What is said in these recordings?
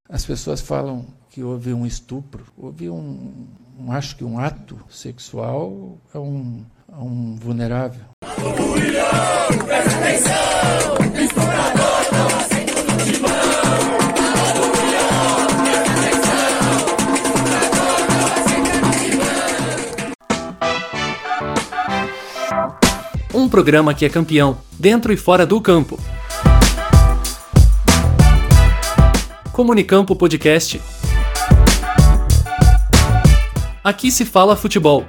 As pessoas falam que houve um estupro, houve acho que um ato sexual a um vulnerável. Presta atenção, estuprador não aceita de mão. Um programa que é campeão, dentro e fora do campo. Comunicampo Podcast. Aqui se fala futebol.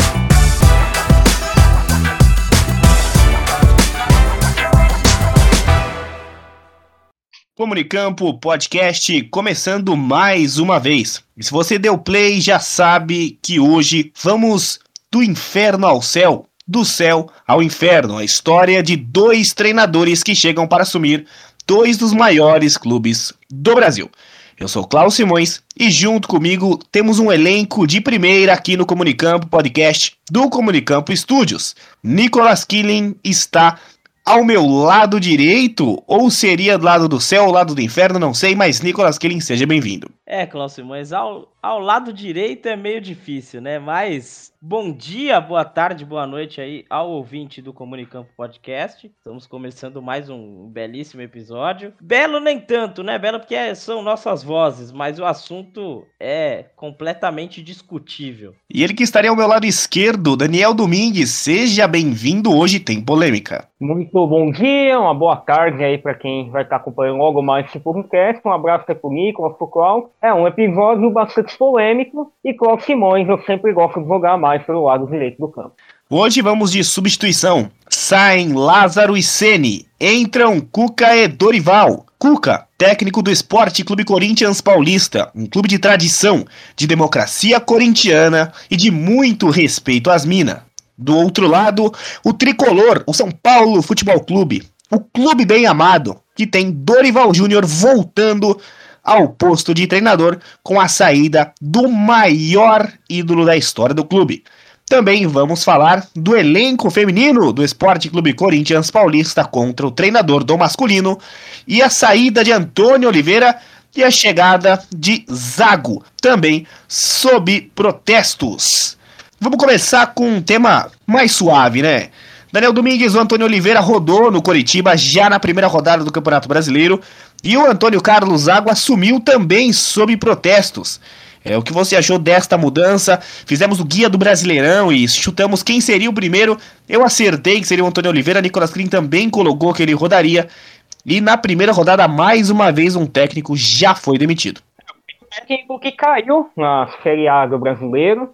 Comunicampo Podcast começando mais uma vez. E se você deu play, já sabe que hoje vamos do inferno ao céu. Do céu ao inferno, a história de dois treinadores que chegam para assumir dois dos maiores clubes do Brasil. Eu sou Cláudio Simões e junto comigo temos um elenco de primeira aqui no Comunicampo Podcast do Comunicampo Studios. Nicolas Killing está ao meu lado direito, ou seria do lado do céu ou lado do inferno, não sei, mas Nicolas Killing, seja bem-vindo. Cláudio Simões, ao lado direito é meio difícil, né? Mas bom dia, boa tarde, boa noite aí ao ouvinte do Comunicampo Podcast. Estamos começando mais um belíssimo episódio. Belo nem tanto, né? Belo porque são nossas vozes, mas o assunto é completamente discutível. E ele que estaria ao meu lado esquerdo, Daniel Domingues, seja bem-vindo, hoje tem polêmica. Muito bom dia, uma boa tarde aí para quem vai estar acompanhando logo mais esse podcast. Um abraço aí pro Nicolas, pro Cláudio. É um episódio bastante polêmico e Cláudio Simões eu sempre gosto de jogar mais pelo lado direito do campo. Hoje vamos de substituição. Saem Lázaro e Ceni, entram Cuca e Dorival. Cuca, técnico do Sport Clube Corinthians Paulista, um clube de tradição, de democracia corintiana e de muito respeito às minas. Do outro lado, o tricolor, o São Paulo Futebol Clube, o clube bem amado, que tem Dorival Júnior voltando ao posto de treinador com a saída do maior ídolo da história do clube. Também vamos falar do elenco feminino do Sport Clube Corinthians Paulista contra o treinador do masculino e a saída de Antônio Oliveira e a chegada de Zago, também sob protestos. Vamos começar com um tema mais suave, né? Daniel Domingues, o Antônio Oliveira rodou no Coritiba já na primeira rodada do Campeonato Brasileiro e o Antônio Carlos Zago assumiu também sob protestos. O que você achou desta mudança? Fizemos o guia do Brasileirão e chutamos quem seria o primeiro. Eu acertei que seria o Antônio Oliveira, Nicolas Killing também colocou que ele rodaria. E na primeira rodada, mais uma vez, um técnico já foi demitido. Técnico que caiu na Série A do Brasileiro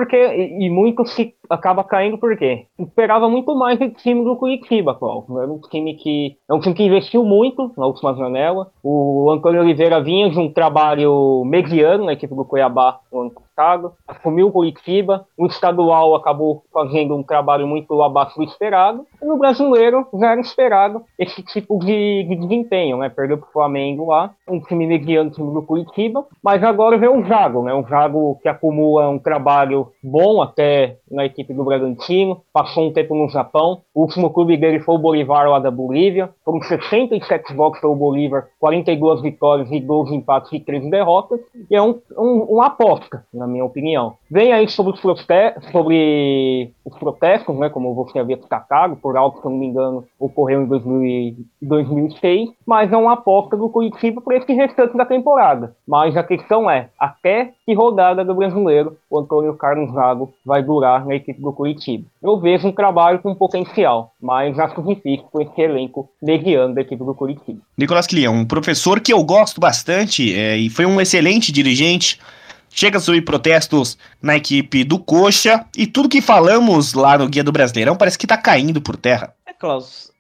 e muito se acaba caindo porque esperava muito mais do time do Curitiba, Cláudio. É um time que investiu muito na última janela. O Antônio Oliveira vinha de um trabalho mediano na equipe do Cuiabá no ano passado, assumiu o Curitiba, o estadual acabou fazendo um trabalho muito abaixo do esperado, e no Brasileiro já era esperado esse tipo de desempenho, né? Perdeu pro Flamengo lá, um time mediano, time do Curitiba, mas agora vem o Zago, né? Um Zago que acumula um trabalho bom até na equipe do Bragantino, passou um tempo no Japão, o último clube dele foi o Bolívar lá da Bolívia, foram 67 jogos pelo Bolívar, 42 vitórias e 12 empates e 13 derrotas, e é uma aposta, na minha opinião. Vem aí sobre os protestos, né, como você havia destacado, por algo, se eu não me engano, ocorreu em 2006, mas é uma aposta do Curitiba para esse restante da temporada. Mas a questão é, até que rodada do Brasileiro o Antônio Carlos Zago vai durar na equipe do Curitiba? Eu vejo um trabalho com potencial, mas acho difícil com esse elenco mediano da equipe do Curitiba. Nicolas Killing, um professor que eu gosto bastante e foi um excelente dirigente, chega sob protestos na equipe do Coxa e tudo que falamos lá no Guia do Brasileirão parece que tá caindo por terra. Klaus,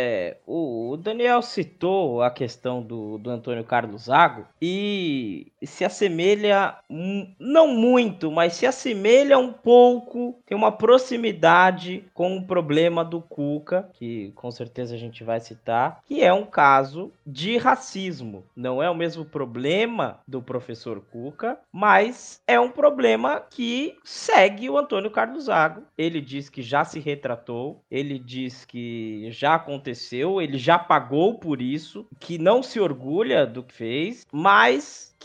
o Daniel citou a questão do Antônio Carlos Zago e se assemelha, não muito, mas se assemelha um pouco, tem uma proximidade com o problema do Cuca, que com certeza a gente vai citar, que é um caso de racismo. Não é o mesmo problema do professor Cuca, mas é um problema que segue o Antônio Carlos Zago. Ele diz que já se retratou, ele diz que já aconteceu, ele já pagou por isso, que não se orgulha do que fez, mas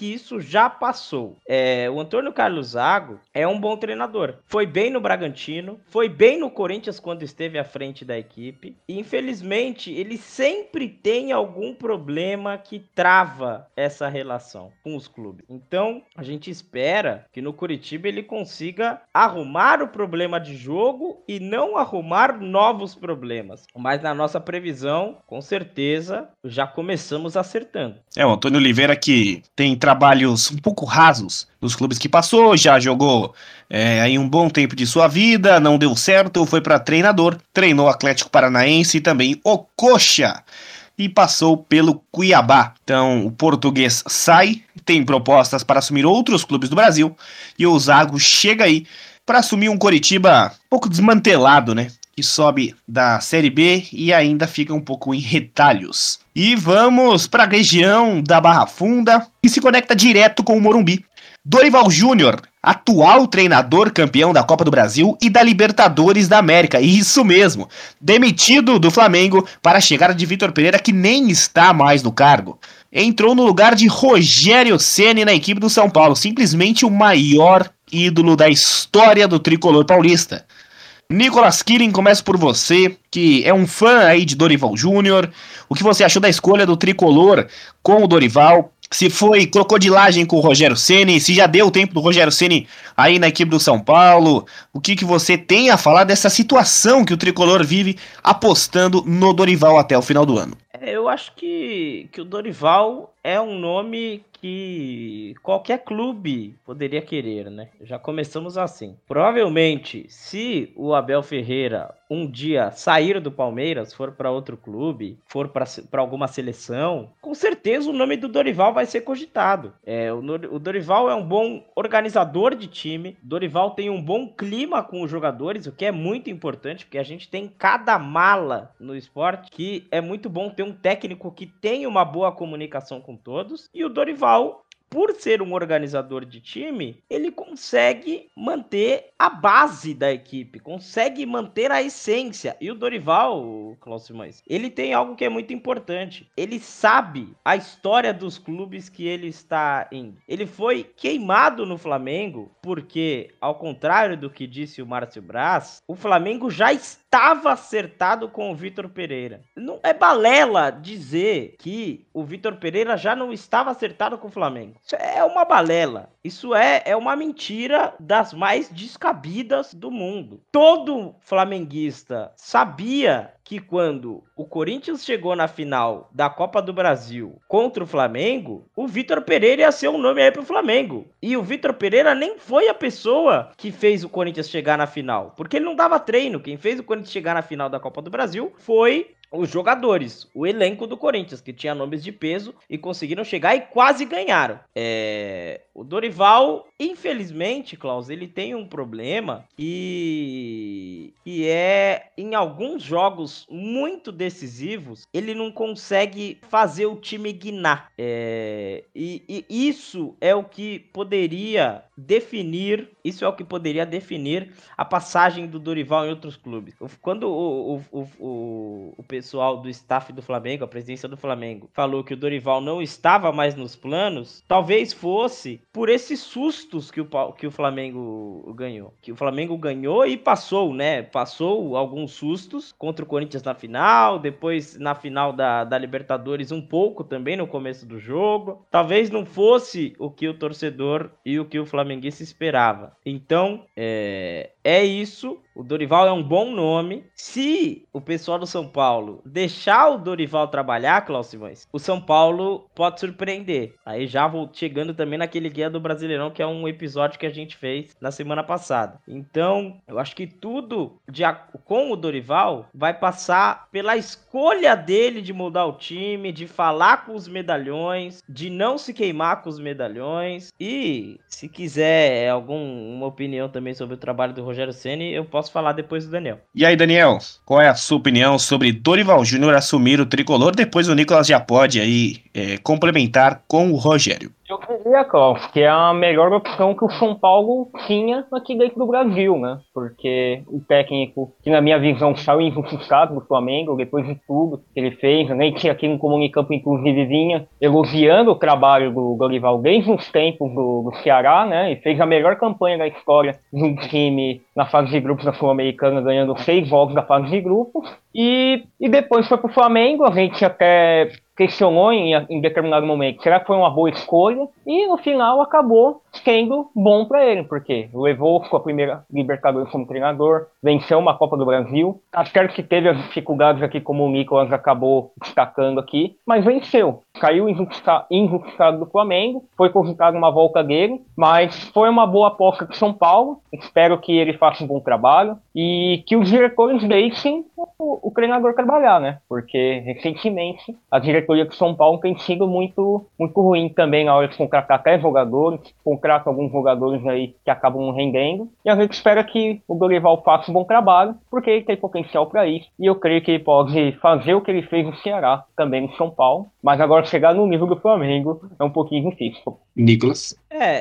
que isso já passou. O Antônio Carlos Zago é um bom treinador. Foi bem no Bragantino, foi bem no Corinthians quando esteve à frente da equipe. E, infelizmente, ele sempre tem algum problema que trava essa relação com os clubes. Então, a gente espera que no Coritiba ele consiga arrumar o problema de jogo e não arrumar novos problemas. Mas na nossa previsão, com certeza, já começamos acertando. O Antônio Oliveira que tem trabalhos um pouco rasos nos clubes que passou, já jogou aí um bom tempo de sua vida, não deu certo, foi para treinador, treinou o Atlético Paranaense e também o Coxa e passou pelo Cuiabá. Então o português sai, tem propostas para assumir outros clubes do Brasil e o Zago chega aí para assumir um Coritiba um pouco desmantelado, né? Que sobe da Série B e ainda fica um pouco em retalhos. E vamos para a região da Barra Funda, que se conecta direto com o Morumbi. Dorival Júnior, atual treinador campeão da Copa do Brasil e da Libertadores da América. Isso mesmo, demitido do Flamengo para a chegada de Vitor Pereira, que nem está mais no cargo. Entrou no lugar de Rogério Ceni na equipe do São Paulo, simplesmente o maior ídolo da história do tricolor paulista. Nicolas Killing, começo por você, que é um fã aí de Dorival Júnior. O que você achou da escolha do tricolor com o Dorival? Se foi crocodilagem com o Rogério Ceni, se já deu tempo do Rogério Ceni aí na equipe do São Paulo, o que você tem a falar dessa situação que o tricolor vive apostando no Dorival até o final do ano? Eu acho que o Dorival é um nome que qualquer clube poderia querer, né? Já começamos assim. Provavelmente, se o Abel Ferreira um dia sair do Palmeiras, for para outro clube, for para alguma seleção, com certeza o nome do Dorival vai ser cogitado. O Dorival é um bom organizador de time, o Dorival tem um bom clima com os jogadores, o que é muito importante, porque a gente tem cada mala no esporte que é muito bom ter um técnico que tem uma boa comunicação com todos, e o Dorival, por ser um organizador de time, ele consegue manter a base da equipe, consegue manter a essência. E o Dorival, Cláudio Simões, ele tem algo que é muito importante. Ele sabe a história dos clubes que ele está indo. Ele foi queimado no Flamengo porque, ao contrário do que disse o Márcio Braz, o Flamengo já estava acertado com o Vitor Pereira. Não é balela dizer que o Vitor Pereira já não estava acertado com o Flamengo. Isso é uma balela. Isso é uma mentira das mais descabidas do mundo. Todo flamenguista sabia que quando o Corinthians chegou na final da Copa do Brasil contra o Flamengo, o Vitor Pereira ia ser um nome aí pro Flamengo. E o Vitor Pereira nem foi a pessoa que fez o Corinthians chegar na final, porque ele não dava treino. Quem fez o Corinthians chegar na final da Copa do Brasil foi os jogadores, o elenco do Corinthians, que tinha nomes de peso e conseguiram chegar e quase ganharam. O Dorival, infelizmente, Klaus, ele tem um problema que é, em alguns jogos muito decisivos, ele não consegue fazer o time guinar. E isso é o que poderia definir a passagem do Dorival em outros clubes. Quando o pessoal do staff do Flamengo, a presidência do Flamengo, falou que o Dorival não estava mais nos planos, talvez fosse por esses sustos que o Flamengo ganhou. Que o Flamengo ganhou e passou, né? Passou alguns sustos contra o Corinthians na final, depois na final da Libertadores um pouco também no começo do jogo. Talvez não fosse o que o torcedor e o que o flamenguista esperava. Então, é isso. O Dorival é um bom nome. Se o pessoal do São Paulo deixar o Dorival trabalhar, Cláudio Simões, o São Paulo pode surpreender. Aí já vou chegando também naquele Guia do Brasileirão, que é um episódio que a gente fez na semana passada. Então, eu acho que tudo com o Dorival vai passar pela escolha dele de mudar o time, de falar com os medalhões, de não se queimar com os medalhões. E se quiser alguma opinião também sobre o trabalho do Rogério Ceni, eu posso falar depois do Daniel. E aí, Daniel, qual é a sua opinião sobre Dorival Júnior assumir o tricolor? Depois o Nicolas já pode aí complementar com o Rogério. Eu diria, Klaus, que é a melhor opção que o São Paulo tinha aqui dentro do Brasil, né? Porque o técnico, que na minha visão saiu injustiçado do Flamengo, depois de tudo que ele fez, né? E tinha aqui no Comunicampo, inclusive, vinha elogiando o trabalho do Dorival desde os tempos do Ceará, né? E fez a melhor campanha da história de um time na fase de grupos da Sul-Americana, ganhando 6 jogos da fase de grupos. E depois foi pro Flamengo, a gente até questionou em determinado momento, será que foi uma boa escolha? E no final acabou sendo bom para ele, porque levou sua primeira Libertadores como treinador, venceu uma Copa do Brasil, certo que teve as dificuldades aqui, como o Nicolas acabou destacando aqui, mas venceu. Caiu injustiçado do Flamengo, foi cogitado uma volta dele, mas foi uma boa aposta de São Paulo, espero que ele faça um bom trabalho e que os diretores deixem o treinador trabalhar, né? Porque recentemente a diretoria de São Paulo tem sido muito, muito ruim também na hora de contratar até jogadores, contrata alguns jogadores aí que acabam não rendendo, e a gente espera que o Dorival faça um bom trabalho, porque ele tem potencial para isso, e eu creio que ele pode fazer o que ele fez no Ceará, também no São Paulo, mas agora chegar no nível do Flamengo é um pouquinho difícil. Nicolas?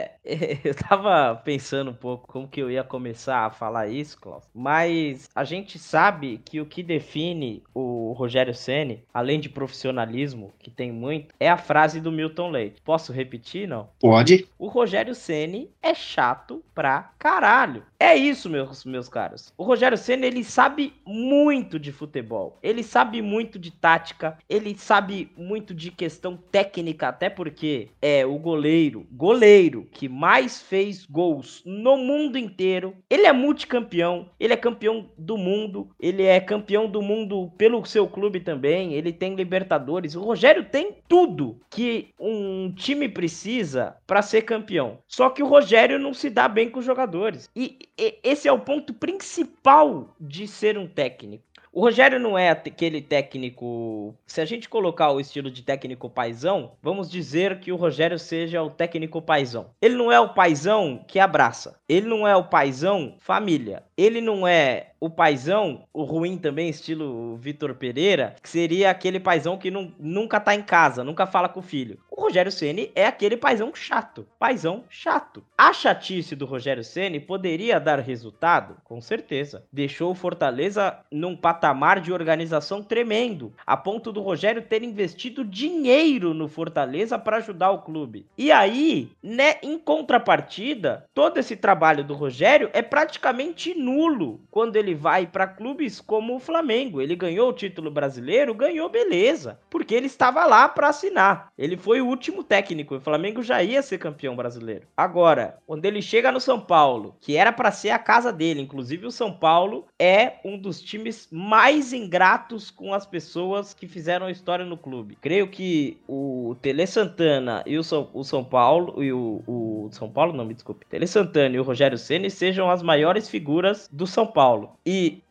Eu tava pensando um pouco como que eu ia começar a falar isso, Klaus, mas a gente sabe que o que define o Rogério Ceni, além de profissionalismo, que tem muito, é a frase do Milton Leite. Posso repetir, não? Pode. O Rogério Ceni é chato pra caralho. É isso, meus caros. O Rogério Ceni, ele sabe muito de futebol. Ele sabe muito de tática. Ele sabe muito de questão técnica, até porque é o goleiro que mais fez gols no mundo inteiro. Ele é multicampeão. Ele é campeão do mundo. Ele é campeão do mundo pelo seu clube também. Ele tem Libertadores. O Rogério tem tudo que um time precisa para ser campeão. Só que o Rogério não se dá bem com os jogadores. E esse é o ponto principal de ser um técnico. O Rogério não é aquele técnico... Se a gente colocar o estilo de técnico paizão, vamos dizer que o Rogério seja o técnico paizão. Ele não é o paizão que abraça. Ele não é o paizão família. Ele não é o paizão, o ruim também, estilo Vitor Pereira, que seria aquele paizão que nunca tá em casa, nunca fala com o filho. O Rogério Ceni é aquele paizão chato. Paizão chato. A chatice do Rogério Ceni poderia dar resultado? Com certeza. Deixou o Fortaleza num patamar de organização tremendo, a ponto do Rogério ter investido dinheiro no Fortaleza para ajudar o clube. E aí, né, em contrapartida, todo esse trabalho do Rogério é praticamente nulo quando ele vai para clubes como o Flamengo. Ele ganhou o título brasileiro, ganhou, beleza, porque ele estava lá para assinar. Ele foi o último técnico, o Flamengo já ia ser campeão brasileiro. Agora, quando ele chega no São Paulo, que era para ser a casa dele, inclusive o São Paulo é um dos times mais ingratos com as pessoas que fizeram história no clube. Creio que o Tele Santana e o São Paulo e o São Paulo, não, me desculpe. Tele Santana e o Rogério Ceni sejam as maiores figuras do São Paulo. E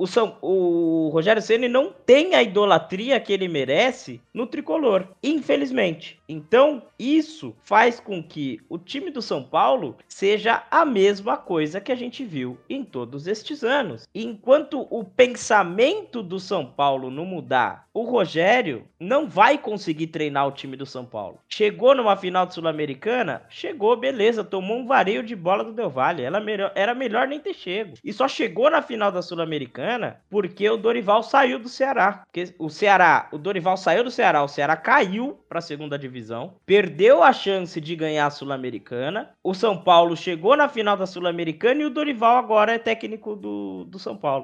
o Rogério Ceni não tem a idolatria que ele merece no tricolor, infelizmente. Então, isso faz com que o time do São Paulo seja a mesma coisa que a gente viu em todos estes anos. Enquanto o pensamento do São Paulo não mudar, o Rogério não vai conseguir treinar o time do São Paulo. Chegou numa final de Sul-Americana? Chegou, beleza, tomou um vareio de bola do Del Valle. Era melhor nem ter chego. E só chegou na final da Sul-Americana porque o Dorival saiu do Ceará. Porque o Dorival saiu do Ceará, o Ceará caiu para a segunda divisão, perdeu a chance de ganhar a Sul-Americana. O São Paulo chegou na final da Sul-Americana e o Dorival agora é técnico do São Paulo.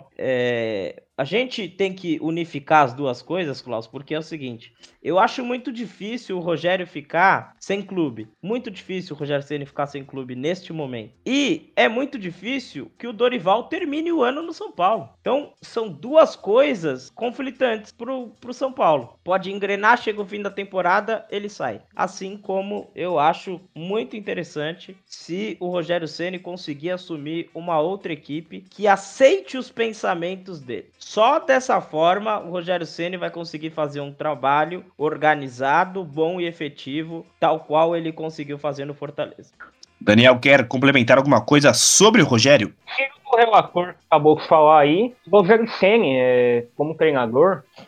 A gente tem que unificar as duas coisas, Klaus, porque é o seguinte, eu acho muito difícil o Rogério ficar sem clube, muito difícil o Rogério Ceni ficar sem clube neste momento, e é muito difícil que o Dorival termine o ano no São Paulo. Então, são duas coisas conflitantes pro São Paulo. Pode engrenar, chega o fim da temporada, ele sai. Assim como eu acho muito interessante se o Rogério Ceni conseguir assumir uma outra equipe que aceite os pensamentos dele. Só dessa forma o Rogério Ceni vai conseguir fazer um trabalho organizado, bom e efetivo, tal qual ele conseguiu fazer no Fortaleza. Daniel, quer complementar alguma coisa sobre o Rogério? O relator acabou de falar aí, o Rogério Ceni, como treinador,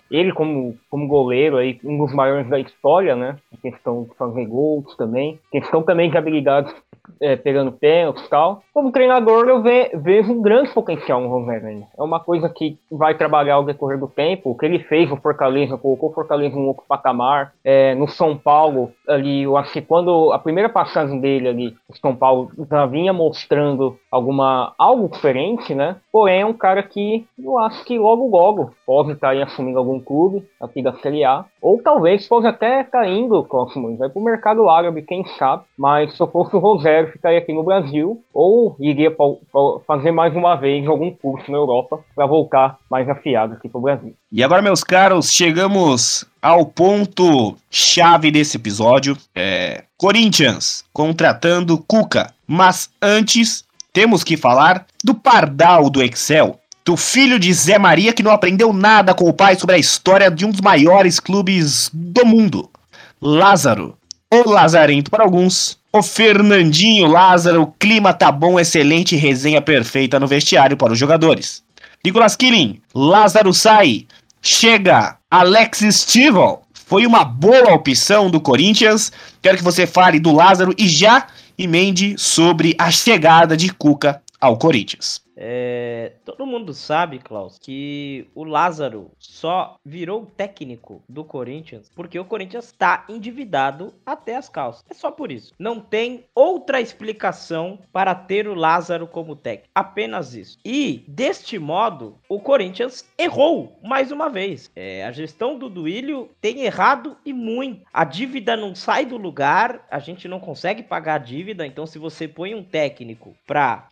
Ele como goleiro, aí, um dos maiores da história, né? Em questão de fazer gols também. Questão também de habilidades pegando pênaltis e tal. Como treinador, eu vejo um grande potencial no Rogério. É uma coisa que vai trabalhar ao decorrer do tempo. O que ele fez no Fortaleza, colocou o Fortaleza em um outro patamar. No São Paulo, ali, eu acho que quando a primeira passagem dele ali, o São Paulo já vinha mostrando algo diferente, né? Porém, é um cara que eu acho que logo pode estar aí assumindo algum clube aqui da Série A. Ou talvez pode até estar indo, Cosmo, vai pro mercado árabe, quem sabe. Mas se eu fosse o Rogério, ficaria aqui no Brasil. Ou iria fazer mais uma vez algum curso na Europa para voltar mais afiado aqui pro Brasil. E agora, meus caros, chegamos ao ponto chave desse episódio. Corinthians contratando Cuca. Mas antes, temos que falar do pardal do Excel. Do filho de Zé Maria que não aprendeu nada com o pai sobre a história de um dos maiores clubes do mundo. Lázaro. O Lazarento para alguns. O Fernandinho Lázaro. O clima tá bom, excelente, resenha perfeita no vestiário para os jogadores. Nicolas Killing. Lázaro sai. Chega Alex Stival. Foi uma boa opção do Corinthians. Quero que você fale do Lázaro e já emende sobre a chegada de Cuca ao Corinthians. Todo mundo sabe, Klaus, que o Lázaro só virou técnico do Corinthians porque o Corinthians está endividado até as calças. É só por isso. Não tem outra explicação para ter o Lázaro como técnico. Apenas isso. E, deste modo, o Corinthians errou mais uma vez. A gestão do Duílio tem errado e muito. A dívida não sai do lugar, a gente não consegue pagar a dívida, então se você põe um técnico para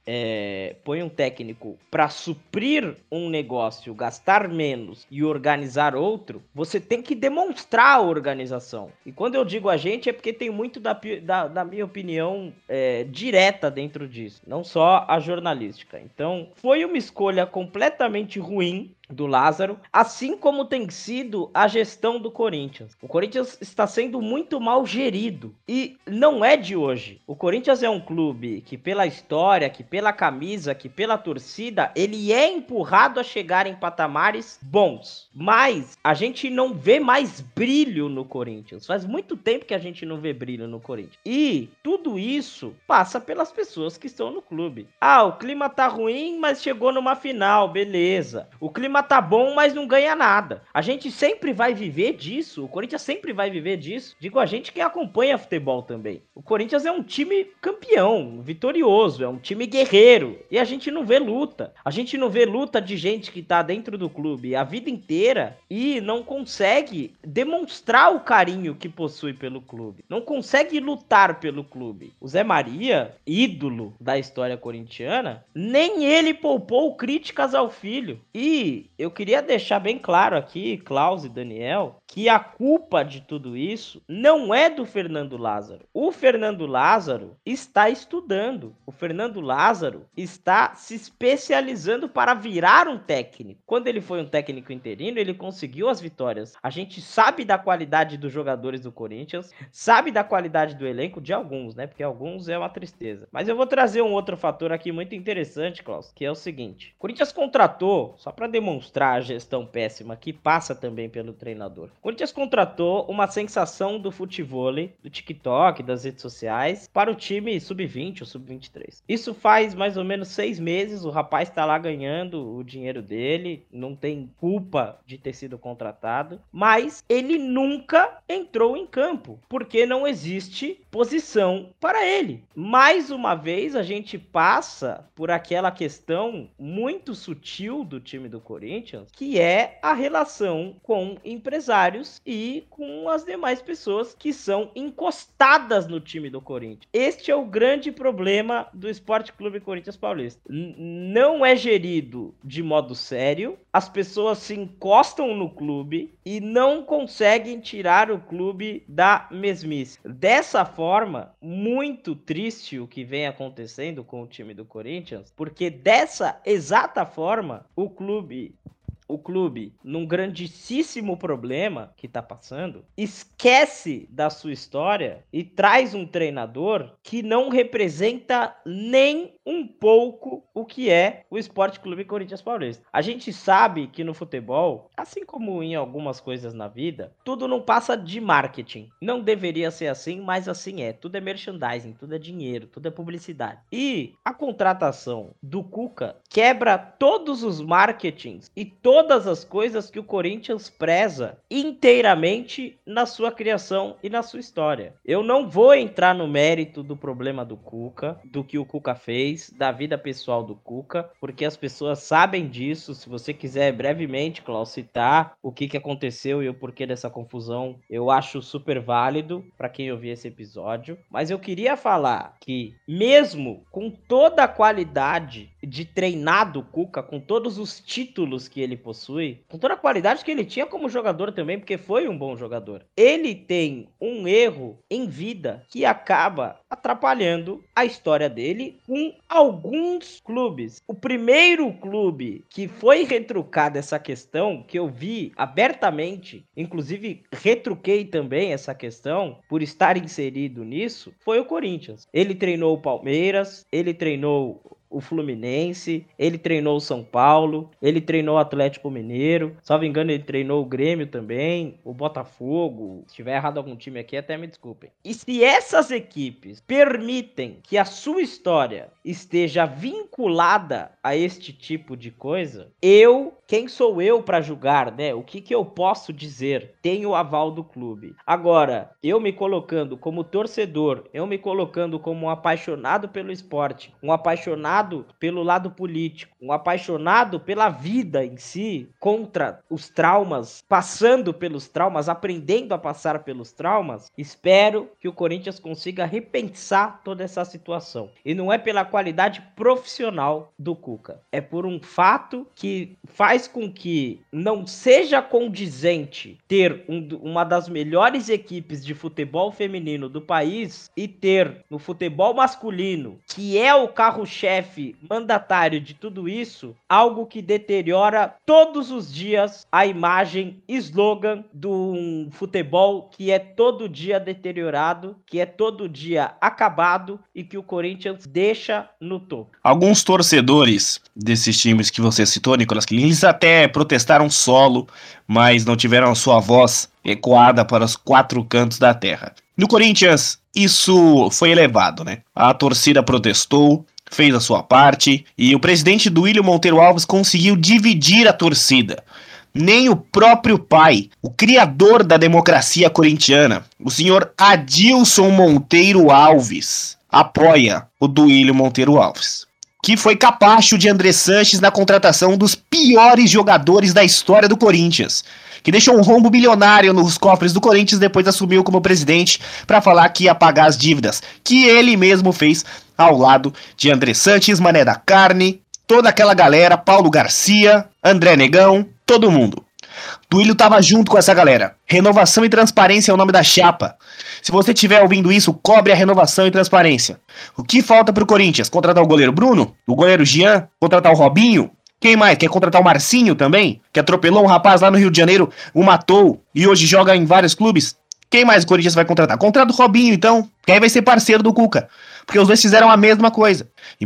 suprir um negócio, gastar menos e organizar outro, você tem que demonstrar a organização. E quando eu digo a gente, é porque tem muito da minha opinião direta dentro disso, não só a jornalística. Então, foi uma escolha completamente ruim do Lázaro, assim como tem sido a gestão do Corinthians. O Corinthians está sendo muito mal gerido e não é de hoje. O Corinthians é um clube que pela história, que pela camisa, que pela torcida, ele é empurrado a chegar em patamares bons. Mas a gente não vê mais brilho no Corinthians. Faz muito tempo que a gente não vê brilho no Corinthians. E tudo isso passa pelas pessoas que estão no clube. O clima tá ruim, mas chegou numa final, beleza. O clima tá bom, mas não ganha nada. A gente sempre vai viver disso. O Corinthians sempre vai viver disso. Digo a gente que acompanha futebol também. O Corinthians é um time campeão, vitorioso, é um time guerreiro. E a gente não vê luta. A gente não vê luta de gente que tá dentro do clube a vida inteira e não consegue demonstrar o carinho que possui pelo clube. Não consegue lutar pelo clube. O Zé Maria, ídolo da história corintiana, nem ele poupou críticas ao filho. E eu queria deixar bem claro aqui, Klaus e Daniel, que a culpa de tudo isso não é do Fernando Lázaro. O Fernando Lázaro está estudando. O Fernando Lázaro está se especializando para virar um técnico. Quando ele foi um técnico interino, ele conseguiu as vitórias. A gente sabe da qualidade dos jogadores do Corinthians, sabe da qualidade do elenco de alguns, né? Porque alguns é uma tristeza. Mas eu vou trazer um outro fator aqui muito interessante, Klaus, que é o seguinte. O Corinthians contratou, só para demonstrar a gestão péssima que passa também pelo treinador. O Corinthians contratou uma sensação do futevôlei, do TikTok, das redes sociais, para o time sub-20 ou sub-23. Isso faz mais ou menos 6 meses, o rapaz está lá ganhando o dinheiro dele, não tem culpa de ter sido contratado, mas ele nunca entrou em campo, porque não existe posição para ele. Mais uma vez, a gente passa por aquela questão muito sutil do time do Corinthians, que é a relação com empresários e com as demais pessoas que são encostadas no time do Corinthians. Este é o grande problema do Sport Clube Corinthians Paulista. Não é gerido de modo sério, as pessoas se encostam no clube e não conseguem tirar o clube da mesmice. Dessa forma, muito triste o que vem acontecendo com o time do Corinthians, porque dessa exata forma, o clube o clube num grandíssimo problema que tá passando, esquece da sua história e traz um treinador que não representa nem um pouco o que é o Sport Clube Corinthians Paulista. A gente sabe que no futebol, assim como em algumas coisas na vida, tudo não passa de marketing. Não deveria ser assim, mas assim é. Tudo é merchandising, tudo é dinheiro, tudo é publicidade. E a contratação do Cuca quebra todos os marketings e todas as coisas que o Corinthians preza inteiramente na sua criação e na sua história. Eu não vou entrar no mérito do problema do Cuca, do que o Cuca fez, da vida pessoal do Cuca, porque as pessoas sabem disso. Se você quiser brevemente, Klaus, citar o que aconteceu e o porquê dessa confusão, eu acho super válido para quem ouvir esse episódio. Mas eu queria falar que mesmo com toda a qualidade de treinar do Cuca, com todos os títulos que ele possui, com toda a qualidade que ele tinha como jogador também, porque foi um bom jogador, ele tem um erro em vida que acaba atrapalhando a história dele com alguns clubes. O primeiro clube que foi retrucado essa questão, que eu vi abertamente, inclusive retruquei também essa questão por estar inserido nisso, foi o Corinthians. Ele treinou o Palmeiras, ele treinou o Fluminense, ele treinou o São Paulo, ele treinou o Atlético Mineiro, salvo engano ele treinou o Grêmio também, o Botafogo. Se tiver errado algum time aqui, até me desculpem. E se essas equipes permitem que a sua história esteja vinculada a este tipo de coisa, quem sou eu para julgar, né? O que eu posso dizer? Tenho o aval do clube. Agora, eu me colocando como torcedor, eu me colocando como um apaixonado pelo esporte, um apaixonado pelo lado político, um apaixonado pela vida em si, contra os traumas, passando pelos traumas, aprendendo a passar pelos traumas, espero que o Corinthians consiga repensar toda essa situação. E não é pela qualidade profissional do Cuca, é por um fato que faz com que não seja condizente ter uma das melhores equipes de futebol feminino do país e ter no futebol masculino, que é o carro-chefe mandatário de tudo isso, algo que deteriora todos os dias a imagem, slogan de um futebol que é todo dia deteriorado, que é todo dia acabado e que o Corinthians deixa no topo. Alguns torcedores desses times que você citou, Nicolas Quilin, eles até protestaram solo, mas não tiveram a sua voz ecoada para os 4 cantos da terra. No Corinthians, isso foi elevado, né? A torcida protestou, fez a sua parte, e o presidente Duílio Monteiro Alves conseguiu dividir a torcida. Nem o próprio pai, o criador da democracia corintiana, o senhor Adilson Monteiro Alves, apoia o Duílio Monteiro Alves, que foi capacho de André Sanches na contratação dos piores jogadores da história do Corinthians, que deixou um rombo bilionário nos cofres do Corinthians, depois assumiu como presidente para falar que ia pagar as dívidas, que ele mesmo fez ao lado de André Sanches, Mané da Carne, toda aquela galera, Paulo Garcia, André Negão, todo mundo. Duílio estava junto com essa galera. Renovação e transparência é o nome da chapa. Se você estiver ouvindo isso, cobre a renovação e transparência. O que falta pro Corinthians? Contratar o goleiro Bruno? O goleiro Jean? Contratar o Robinho? Quem mais? Quer contratar o Marcinho também? Que atropelou um rapaz lá no Rio de Janeiro, o matou e hoje joga em vários clubes? Quem mais o Corinthians vai contratar? Contrata o Robinho então, que aí vai ser parceiro do Cuca. Porque os dois fizeram a mesma coisa. Em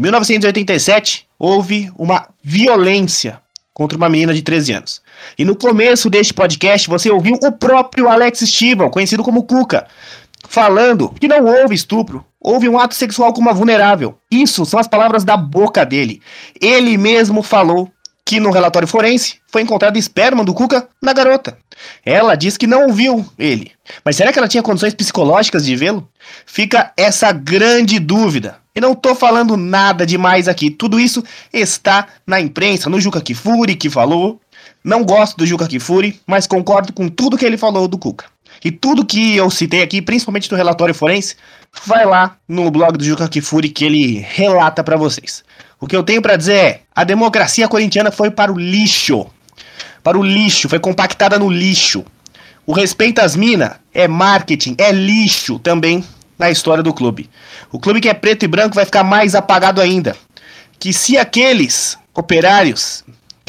1987, houve uma violência contra uma menina de 13 anos. E no começo deste podcast, você ouviu o próprio Alex Stival, conhecido como Cuca, falando que não houve estupro, houve um ato sexual com uma vulnerável. Isso são as palavras da boca dele. Ele mesmo falou que no relatório forense foi encontrado esperma do Cuca na garota. Ela disse que não viu ele. Mas será que ela tinha condições psicológicas de vê-lo? Fica essa grande dúvida. E não tô falando nada demais aqui. Tudo isso está na imprensa, no Juca Kfouri que falou. Não gosto do Juca Kfouri, mas concordo com tudo que ele falou do Cuca. E tudo que eu citei aqui, principalmente do relatório forense, vai lá no blog do Juca Kfouri que ele relata pra vocês. O que eu tenho pra dizer é, a democracia corintiana foi para o lixo. Para o lixo, foi compactada no lixo. O respeito às minas é marketing, é lixo também na história do clube. O clube que é preto e branco vai ficar mais apagado ainda. Que se aqueles operários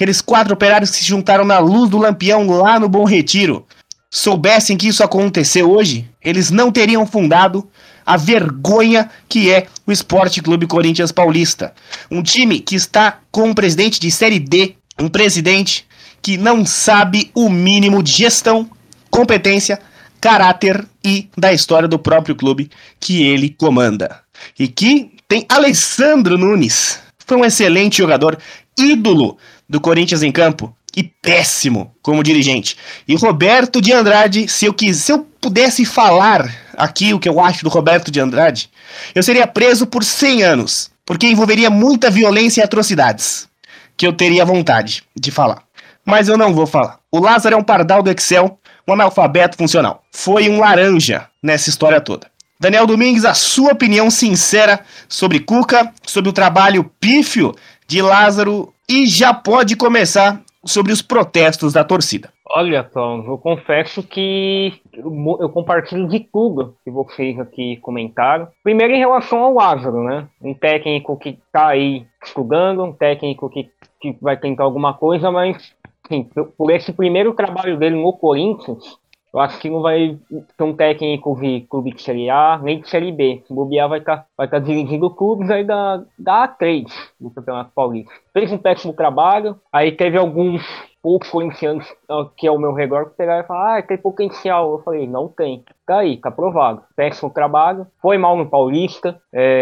aqueles 4 operários que se juntaram na luz do Lampião lá no Bom Retiro, soubessem que isso aconteceu hoje, eles não teriam fundado a vergonha que é o Esporte Clube Corinthians Paulista. Um time que está com um presidente de Série D, um presidente que não sabe o mínimo de gestão, competência, caráter e da história do próprio clube que ele comanda. E que tem Alessandro Nunes, foi um excelente jogador, ídolo do Corinthians em campo e péssimo como dirigente. E Roberto de Andrade, se eu pudesse falar aqui o que eu acho do Roberto de Andrade, eu seria preso por 100 anos, porque envolveria muita violência e atrocidades, que eu teria vontade de falar. Mas eu não vou falar. O Lázaro é um pardal do Excel, um analfabeto funcional. Foi um laranja nessa história toda. Daniel Domingues, a sua opinião sincera sobre Cuca, sobre o trabalho pífio de Lázaro, e já pode começar sobre os protestos da torcida. Olha, Tom, eu confesso que eu compartilho de tudo que vocês aqui comentaram. Primeiro, em relação ao Lázaro, né? Um técnico que tá aí estudando, um técnico que vai tentar alguma coisa, mas, sim, por esse primeiro trabalho dele no Corinthians, eu acho que não vai ser um técnico de clube de Série A, nem de Série B. O Bobiá vai tá dirigindo clubes aí da A3 do Campeonato Paulista. Fez um péssimo trabalho, aí teve alguns poucos corintianos que ao meu redor que pegaram e falaram, tem potencial. Eu falei, não tem. Tá aí, tá provado. Péssimo trabalho. Foi mal no Paulista.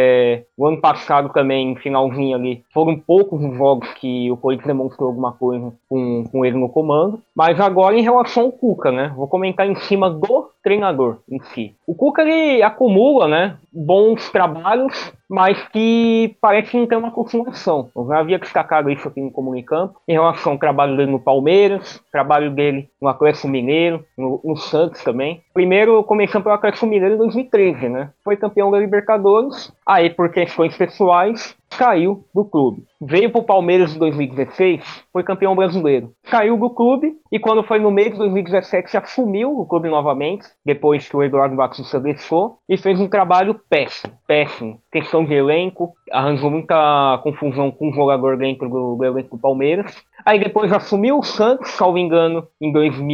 O ano passado também, no finalzinho ali, foram poucos os jogos que o Corinthians demonstrou alguma coisa com ele no comando. Mas agora em relação ao Cuca, né? Vou comentar em cima do treinador em si. O Cuca, ele acumula, né, bons trabalhos, mas que parece não ter uma continuação. Eu já havia destacado isso aqui no Comunicampo, em relação ao trabalho dele no Palmeiras, trabalho dele no Atlético Mineiro, no Santos também. Primeiro, começando pelo Atlético Mineiro em 2013, né? Foi campeão da Libertadores, aí por questões pessoais, saiu do clube. Veio pro Palmeiras em 2016, foi campeão brasileiro. Saiu do clube e quando foi no mês de 2017 assumiu o clube novamente, depois que o Eduardo Batista deixou, e fez um trabalho péssimo. Questão de elenco, arranjou muita confusão com o jogador dentro do elenco do Palmeiras. Aí depois assumiu o Santos, salvo engano, em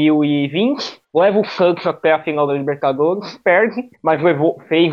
2020. Leva o Santos até a final da Libertadores, perde, mas fez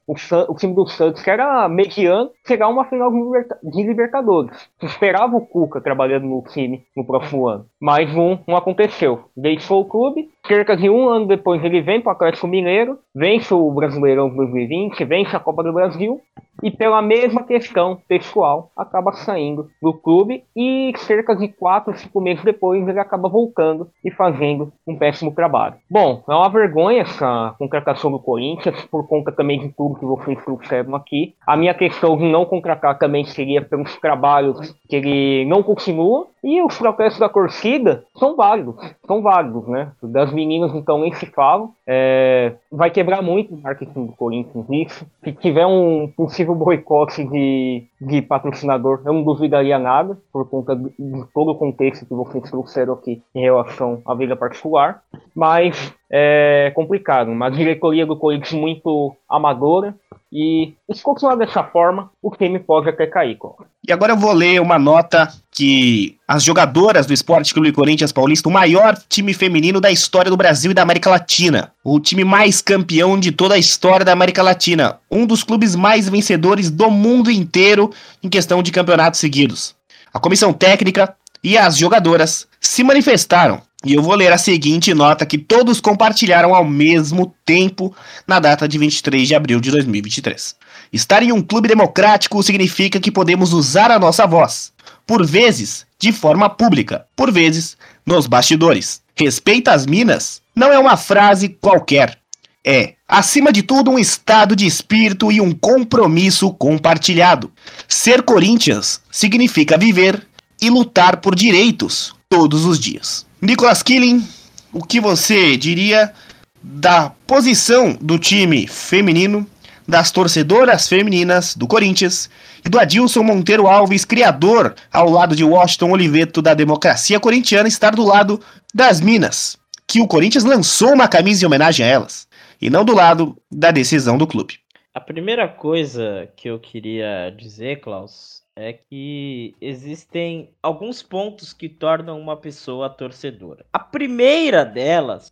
o time do Santos, que era mediano, chegar a uma final de Libertadores. Se esperava o Cuca trabalhando no time no próximo ano, mas não aconteceu. Deixou o clube, cerca de um ano depois ele vem para o Atlético Mineiro, vence o Brasileirão de 2020, vence a Copa do Brasil, e pela mesma questão pessoal, acaba saindo do clube e cerca de 4 ou 5 meses depois ele acaba voltando e fazendo um péssimo trabalho. Bom, é uma vergonha essa contratação do Corinthians, por conta também de tudo que vocês trouxeram aqui. A minha questão de não contratar também seria pelos trabalhos que ele não continua, e os protestos da torcida são válidos, né? Das meninas, então, nem se falam. Vai quebrar muito o marketing do Corinthians isso. Se tiver um possível boicote de patrocinador, eu não duvidaria nada, por conta de todo o contexto que vocês trouxeram aqui em relação à vida particular. Mas é complicado. Uma diretoria do Corinthians muito amadora. E se continuar dessa forma, o time pode até cair. E agora eu vou ler uma nota que as jogadoras do Esporte Clube Corinthians Paulista, o maior time feminino da história do Brasil e da América Latina, o time mais campeão de toda a história da América Latina, um dos clubes mais vencedores do mundo inteiro em questão de campeonatos seguidos. A comissão técnica e as jogadoras se manifestaram. E eu vou ler a seguinte nota que todos compartilharam ao mesmo tempo na data de 23 de abril de 2023. Estar em um clube democrático significa que podemos usar a nossa voz, por vezes de forma pública, por vezes nos bastidores. Respeita as minas não é uma frase qualquer. É, acima de tudo, um estado de espírito e um compromisso compartilhado. Ser Corinthians significa viver e lutar por direitos todos os dias. Nicolas Killing, o que você diria da posição do time feminino, das torcedoras femininas do Corinthians e do Adilson Monteiro Alves, criador ao lado de Washington Oliveto da democracia corintiana, estar do lado das minas, que o Corinthians lançou uma camisa em homenagem a elas, e não do lado da decisão do clube? A primeira coisa que eu queria dizer, Klaus, é que existem alguns pontos que tornam uma pessoa torcedora. A primeira delas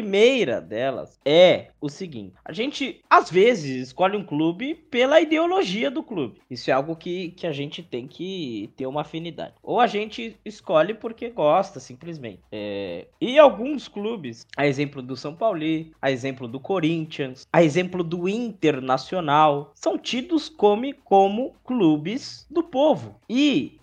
é o seguinte: a gente às vezes escolhe um clube pela ideologia do clube. Isso é algo que a gente tem que ter uma afinidade. Ou a gente escolhe porque gosta, simplesmente. E alguns clubes, a exemplo do São Paulo, a exemplo do Corinthians, a exemplo do Internacional, são tidos como clubes do povo. E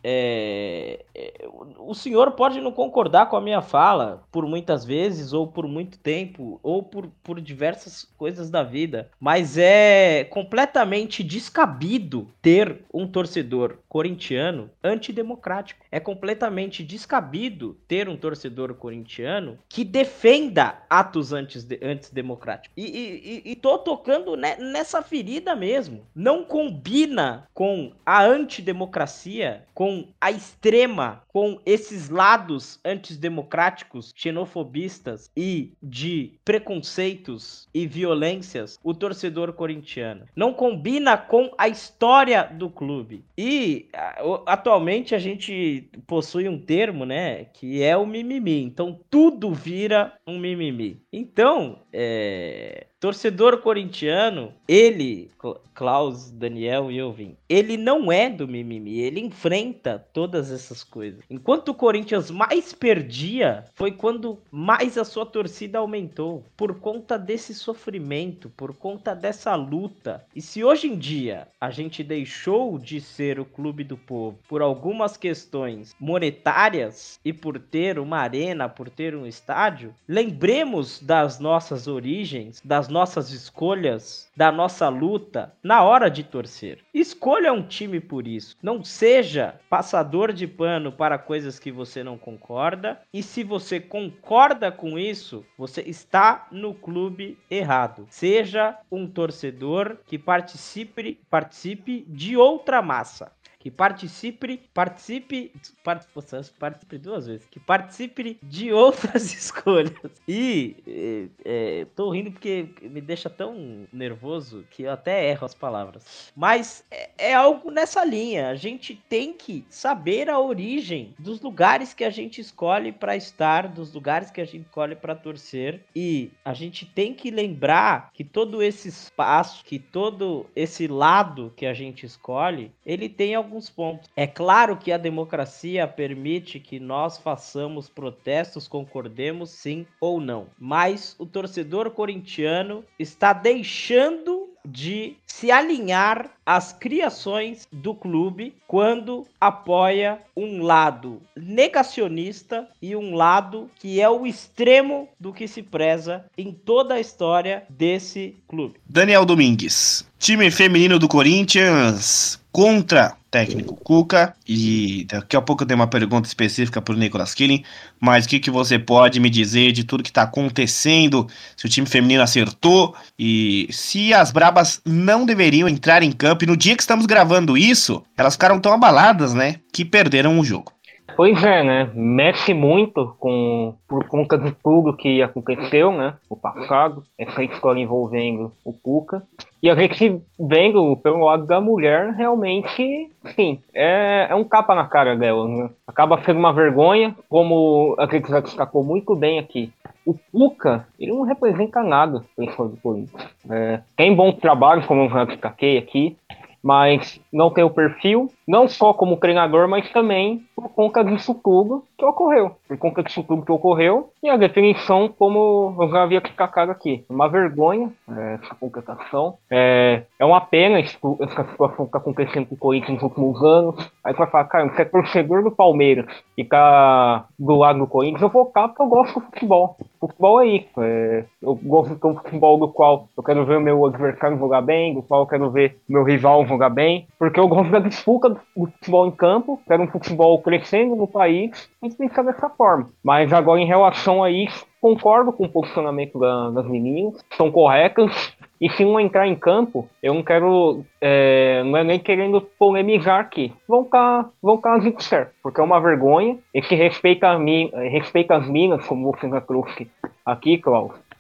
o senhor pode não concordar com a minha fala por muitas vezes, ou por muito tempo, ou por diversas coisas da vida, mas é completamente descabido ter um torcedor corintiano antidemocrático. É completamente descabido ter um torcedor corintiano que defenda atos antidemocráticos. E tô tocando nessa ferida mesmo. Não combina com a antidemocracia, com a extrema, com esses lados antidemocráticos, xenofobistas e de preconceitos e violências, o torcedor corintiano. Não combina com a história do clube. E atualmente a gente possui um termo, né, que é o mimimi. Então tudo vira um mimimi. Então, torcedor corintiano, ele, Klaus, Daniel e eu vim, ele não é do mimimi, ele enfrenta todas essas coisas. Enquanto o Corinthians mais perdia, foi quando mais a sua torcida aumentou, por conta desse sofrimento, por conta dessa luta. E se hoje em dia a gente deixou de ser o clube do povo por algumas questões monetárias e por ter uma arena, por ter um estádio, lembremos das nossas origens, das nossas escolhas, da nossa luta na hora de torcer. Escolha um time por isso. Não seja passador de pano para coisas que você não concorda. E se você concorda com isso, você está no clube errado. Seja um torcedor que participe de outra massa. Que participe duas vezes, que participe de outras escolhas. E tô rindo porque me deixa tão nervoso que eu até erro as palavras. Mas é algo nessa linha. A gente tem que saber a origem dos lugares que a gente escolhe para estar, dos lugares que a gente escolhe para torcer. E a gente tem que lembrar que todo esse espaço, que todo esse lado que a gente escolhe, ele tem alguns pontos. É claro que a democracia permite que nós façamos protestos, concordemos sim ou não. Mas o torcedor corintiano está deixando de se alinhar às criações do clube quando apoia um lado negacionista e um lado que é o extremo do que se preza em toda a história desse clube. Daniel Domingues, time feminino do Corinthians contra técnico Cuca, e daqui a pouco eu tenho uma pergunta específica para o Nicolas Killing, mas o que você pode me dizer de tudo que está acontecendo, se o time feminino acertou e se as brabas não deveriam entrar em campo, e no dia que estamos gravando isso, elas ficaram tão abaladas, né, que perderam o jogo. Pois é, né? Mexe muito por conta de tudo que aconteceu, né? O passado, essa história envolvendo o Cuca. E a gente vendo pelo lado da mulher, realmente, sim, é um tapa na cara dela, né? Acaba sendo uma vergonha, como a gente já destacou muito bem aqui. O Cuca, ele não representa nada para a história do Corinthians. Tem bom trabalho, como eu já destaquei aqui, mas não tem o perfil, não só como treinador, mas também por conta disso tudo que ocorreu. Por conta disso tudo que ocorreu, e a definição, como eu já havia destacado aqui. Uma vergonha, essa contratação. É uma pena essa situação que está acontecendo com o Corinthians nos últimos anos. Aí você vai falar, cara, você é torcedor do Palmeiras e tá do lado do Corinthians, eu vou cá porque eu gosto do futebol. Futebol é isso. Eu gosto de um futebol do qual eu quero ver o meu adversário jogar bem, do qual eu quero ver o meu rival jogar bem, porque eu gosto da disputa do futebol em campo, quero um futebol crescendo no país, a gente pensar dessa forma. Mas agora, em relação a isso, concordo com o posicionamento das meninas, são corretas, e se não entrar em campo, eu não quero, não é nem querendo polemizar aqui, vão tá agindo certo, porque é uma vergonha, esse respeita as minas, como você já trouxe aqui, Klaus.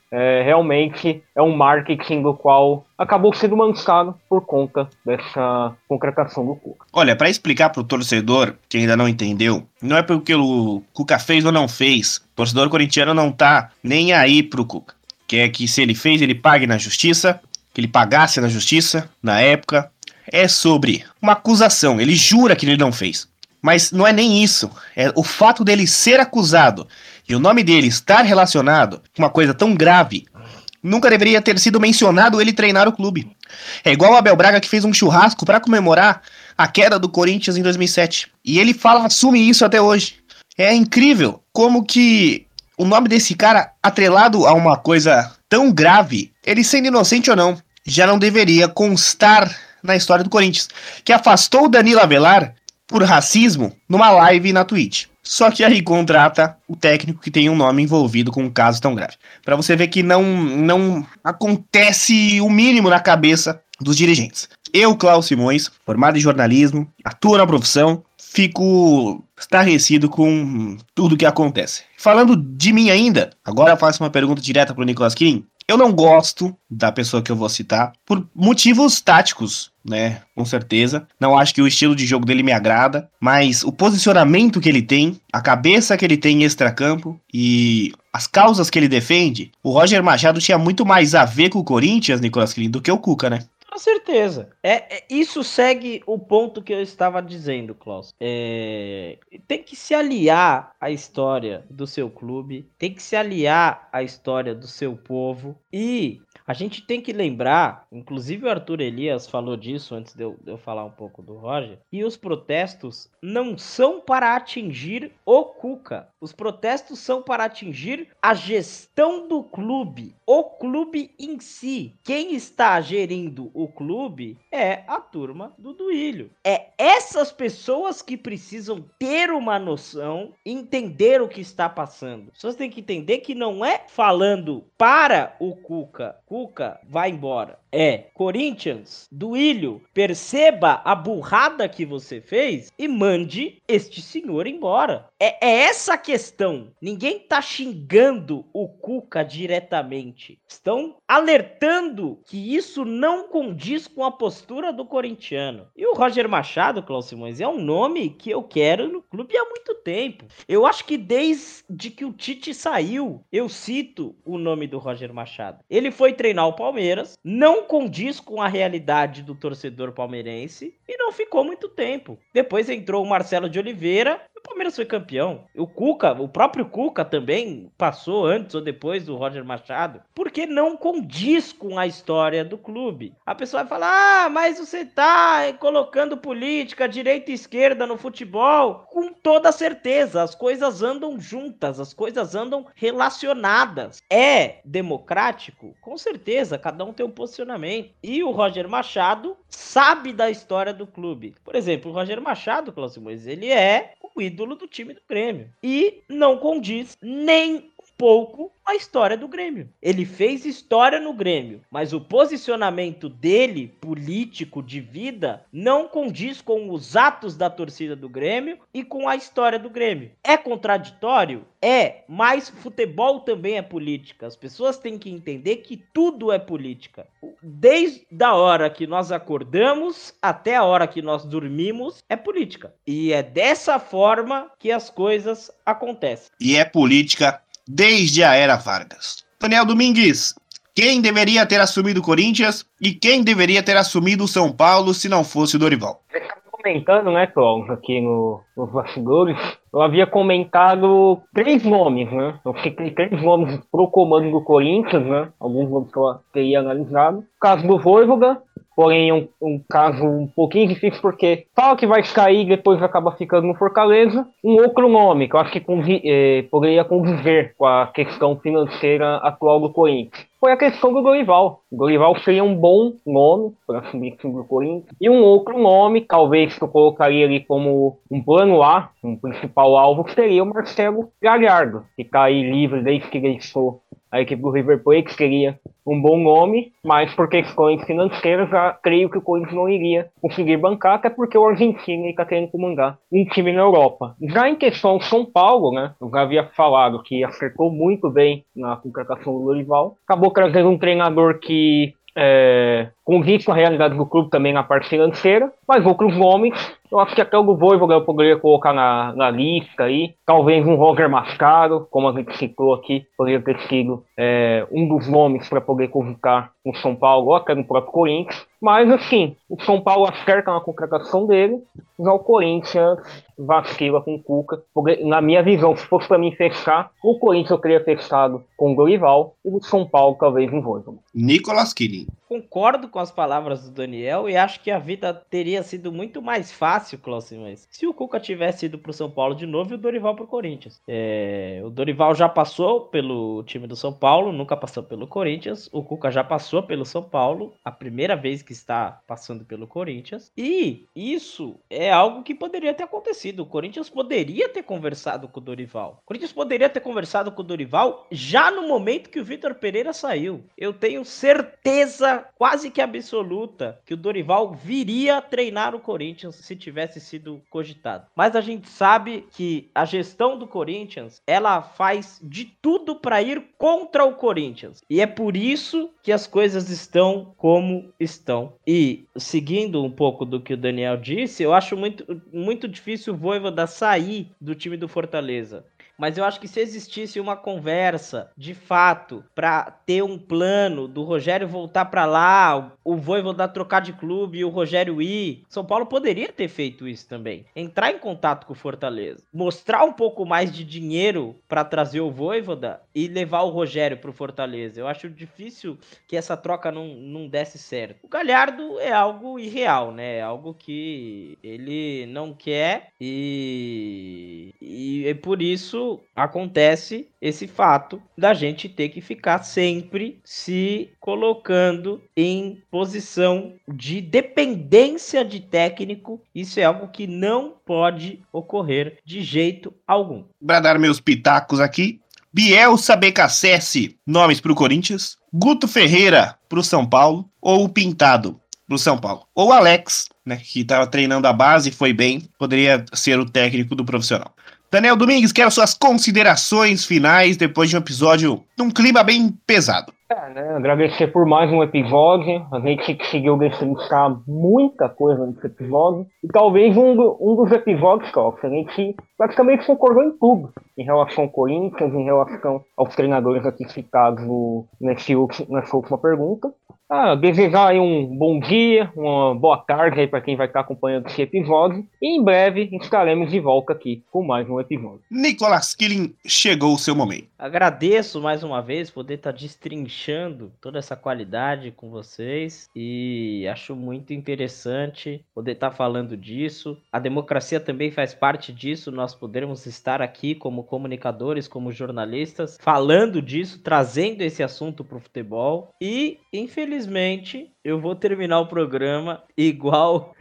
realmente é um marketing do qual acabou sendo manchado por conta dessa contratação do Cuca. Olha, para explicar pro torcedor que ainda não entendeu, não é porque o Cuca fez ou não fez. O torcedor corintiano não tá nem aí pro Cuca. Quer que se ele fez, ele pague na justiça, que ele pagasse na justiça, na época. É sobre uma acusação, ele jura que ele não fez. Mas não é nem isso, é o fato dele ser acusado e o nome dele estar relacionado com uma coisa tão grave, nunca deveria ter sido mencionado ele treinar o clube. É igual o Abel Braga que fez um churrasco para comemorar a queda do Corinthians em 2007. E ele assume isso até hoje. É incrível como que o nome desse cara, atrelado a uma coisa tão grave, ele sendo inocente ou não, já não deveria constar na história do Corinthians, que afastou o Danilo Avelar por racismo numa live na Twitch. Só que aí contrata o técnico que tem um nome envolvido com um caso tão grave. Pra você ver que não acontece o mínimo na cabeça dos dirigentes. Eu, Cláudio Simões, formado em jornalismo, atuo na profissão, fico estarrecido com tudo que acontece. Falando de mim ainda, agora eu faço uma pergunta direta pro Nicolas Kirin. Eu não gosto da pessoa que eu vou citar por motivos táticos, né? Com certeza. Não acho que o estilo de jogo dele me agrada, mas o posicionamento que ele tem, a cabeça que ele tem em extracampo e as causas que ele defende, o Roger Machado tinha muito mais a ver com o Corinthians, Nicolas Kirin, do que o Cuca, né? Com certeza. Isso segue o ponto que eu estava dizendo, Klaus. Tem que se aliar à história do seu clube, tem que se aliar à história do seu povo e a gente tem que lembrar, inclusive o Arthur Elias falou disso antes de eu falar um pouco do Roger, e os protestos não são para atingir o Cuca. Os protestos são para atingir a gestão do clube, o clube em si. Quem está gerindo o clube é a turma do Duílio. É essas pessoas que precisam ter uma noção, entender o que está passando. As pessoas têm que entender que não é falando para o Cuca, Cuca, vai embora. Corinthians, Duílio, perceba a burrada que você fez e mande este senhor embora. É essa a questão. Ninguém tá xingando o Cuca diretamente. Estão alertando que isso não condiz com a postura do corintiano. E o Roger Machado, Cláudio Simões, é um nome que eu quero no clube há muito tempo. Eu acho que desde que o Tite saiu, eu cito o nome do Roger Machado. Ele foi treinar o Palmeiras, não condiz com a realidade do torcedor palmeirense e não ficou muito tempo. Depois entrou o Marcelo de Oliveira e o Palmeiras foi campeão. O próprio Cuca também passou antes ou depois do Roger Machado, porque não condiz com a história do clube. A pessoa vai falar, mas você tá colocando política, direita e esquerda no futebol. Com toda certeza, as coisas andam juntas, as coisas andam relacionadas. É democrático? Com certeza, cada um tem um posicionamento. E o Roger Machado sabe da história do clube. Por exemplo, o Roger Machado, Cláudio Simões, ele é o ídolo do time do Grêmio. E não condiz nem pouco a história do Grêmio. Ele fez história no Grêmio, mas o posicionamento dele, político, de vida, não condiz com os atos da torcida do Grêmio e com a história do Grêmio. É contraditório? Mas futebol também é política. As pessoas têm que entender que tudo é política. Desde a hora que nós acordamos até a hora que nós dormimos, é política. E é dessa forma que as coisas acontecem. E é política desde a era Vargas. Daniel Domingues, quem deveria ter assumido o Corinthians e quem deveria ter assumido o São Paulo se não fosse o Dorival? Você estava comentando, né, Cláudio, aqui nos bastidores, eu havia comentado 3 nomes, né? Eu citei 3 nomes pro comando do Corinthians, né? Alguns nomes que eu teria analisado. O caso do Vojvoda, porém um caso um pouquinho difícil porque fala que vai cair e depois acaba ficando no Fortaleza. Um outro nome que eu acho que poderia conviver com a questão financeira atual do Corinthians foi a questão do Dorival. O Dorival seria um bom nome para assumir o time do Corinthians. E um outro nome, talvez que eu colocaria ali como um plano A, um principal alvo, seria o Marcelo Galhardo, que está aí livre desde que deixou a equipe do River Plate queria um bom nome, mas por questões financeiras, já creio que o Corinthians não iria conseguir bancar, até porque o argentino está querendo comandar um time na Europa. Já em questão São Paulo, né, eu já havia falado que acertou muito bem na contratação do Dorival, acabou trazendo um treinador que condiz com a realidade do clube também na parte financeira, mas outros nomes, eu acho que até o do Voivoda eu poderia colocar na lista aí, talvez um Roger Mascaro, como a gente citou aqui, poderia ter sido um dos nomes para poder convocar o São Paulo, ou até no próprio Corinthians, mas assim, o São Paulo acerta na contratação dele, já o Corinthians vacila com o Cuca. Na minha visão, se fosse para mim fechar, o Corinthians eu teria fechado com o Dorival e o São Paulo talvez um Voivoda. Nicolas Killing. Concordo com as palavras do Daniel e acho que a vida teria sido muito mais fácil, Cláudio, se o Cuca tivesse ido pro São Paulo de novo e o Dorival pro Corinthians. O Dorival já passou pelo time do São Paulo, nunca passou pelo Corinthians. O Cuca já passou pelo São Paulo, a primeira vez que está passando pelo Corinthians. E isso é algo que poderia ter acontecido. O Corinthians poderia ter conversado com o Dorival. O Corinthians poderia ter conversado com o Dorival já no momento que o Vitor Pereira saiu. Eu tenho certeza quase que absoluta que o Dorival viria treinar o Corinthians se tivesse sido cogitado. Mas a gente sabe que a gestão do Corinthians, ela faz de tudo para ir contra o Corinthians. E é por isso que as coisas estão como estão. E seguindo um pouco do que o Daniel disse, eu acho muito difícil o Voivoda sair do time do Fortaleza. Mas eu acho que se existisse uma conversa, de fato, para ter um plano do Rogério voltar para lá, o Voivoda trocar de clube e o Rogério ir, São Paulo poderia ter feito isso também. Entrar em contato com o Fortaleza, mostrar um pouco mais de dinheiro para trazer o Voivoda e levar o Rogério pro Fortaleza. Eu acho difícil que essa troca não desse certo. O Galhardo é algo irreal, né? É algo que ele não quer e por isso acontece esse fato da gente ter que ficar sempre se colocando em posição de dependência de técnico. Isso é algo que não pode ocorrer de jeito algum. Para dar meus pitacos aqui, Bielsa BKSS, nomes para o Corinthians, Guto Ferreira para o São Paulo, ou o Pintado para o São Paulo. Ou Alex, né, que estava treinando a base e foi bem, poderia ser o técnico do profissional. Daniel Domingues, quero suas considerações finais depois de um episódio num clima bem pesado. Agradecer por mais um episódio. A gente conseguiu destrinchar muita coisa nesse episódio. E talvez um dos episódios, a gente praticamente concordou em tudo. Em relação ao Corinthians, em relação aos treinadores aqui citados nessa última pergunta. Desejar aí um bom dia, uma boa tarde aí para quem vai estar acompanhando esse episódio. E em breve estaremos de volta aqui com mais um episódio. Nicolas Killing, chegou o seu momento. Agradeço mais uma vez poder estar destrinchando toda essa qualidade com vocês e acho muito interessante poder estar falando disso. A democracia também faz parte disso, nós podermos estar aqui como comunicadores, como jornalistas, falando disso, trazendo esse assunto para o futebol e, infelizmente, eu vou terminar o programa igual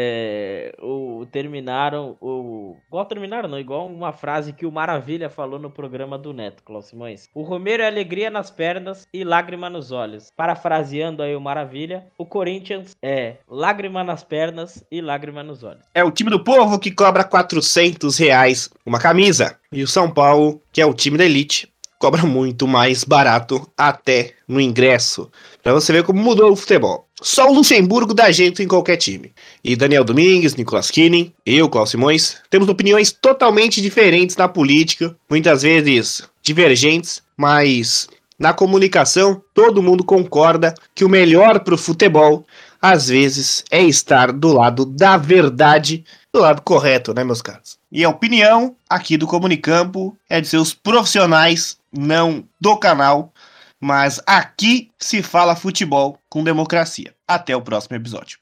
igual uma frase que o Maravilha falou no programa do Neto, Cláudio Simões. O Romero é alegria nas pernas e lágrima nos olhos. Parafraseando aí o Maravilha, o Corinthians é lágrima nas pernas e lágrima nos olhos. É o time do povo que cobra R$400 uma camisa. E o São Paulo, que é o time da elite, cobra muito mais barato até no ingresso. Pra você ver como mudou o futebol. Só o Luxemburgo dá jeito em qualquer time. E Daniel Domingues, Nicolas Killing, eu, Cláudio Simões, temos opiniões totalmente diferentes na política, muitas vezes divergentes, mas na comunicação todo mundo concorda que o melhor pro futebol, às vezes, é estar do lado da verdade, do lado correto, né, meus caros? E a opinião aqui do Comunicampo é de seus profissionais, não do canal, mas aqui se fala futebol com democracia. Até o próximo episódio.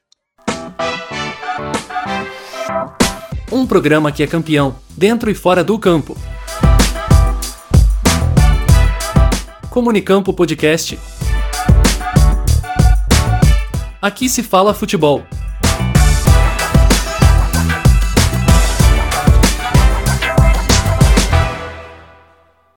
Um programa que é campeão, dentro e fora do campo. Comunicampo Podcast. Aqui se fala futebol.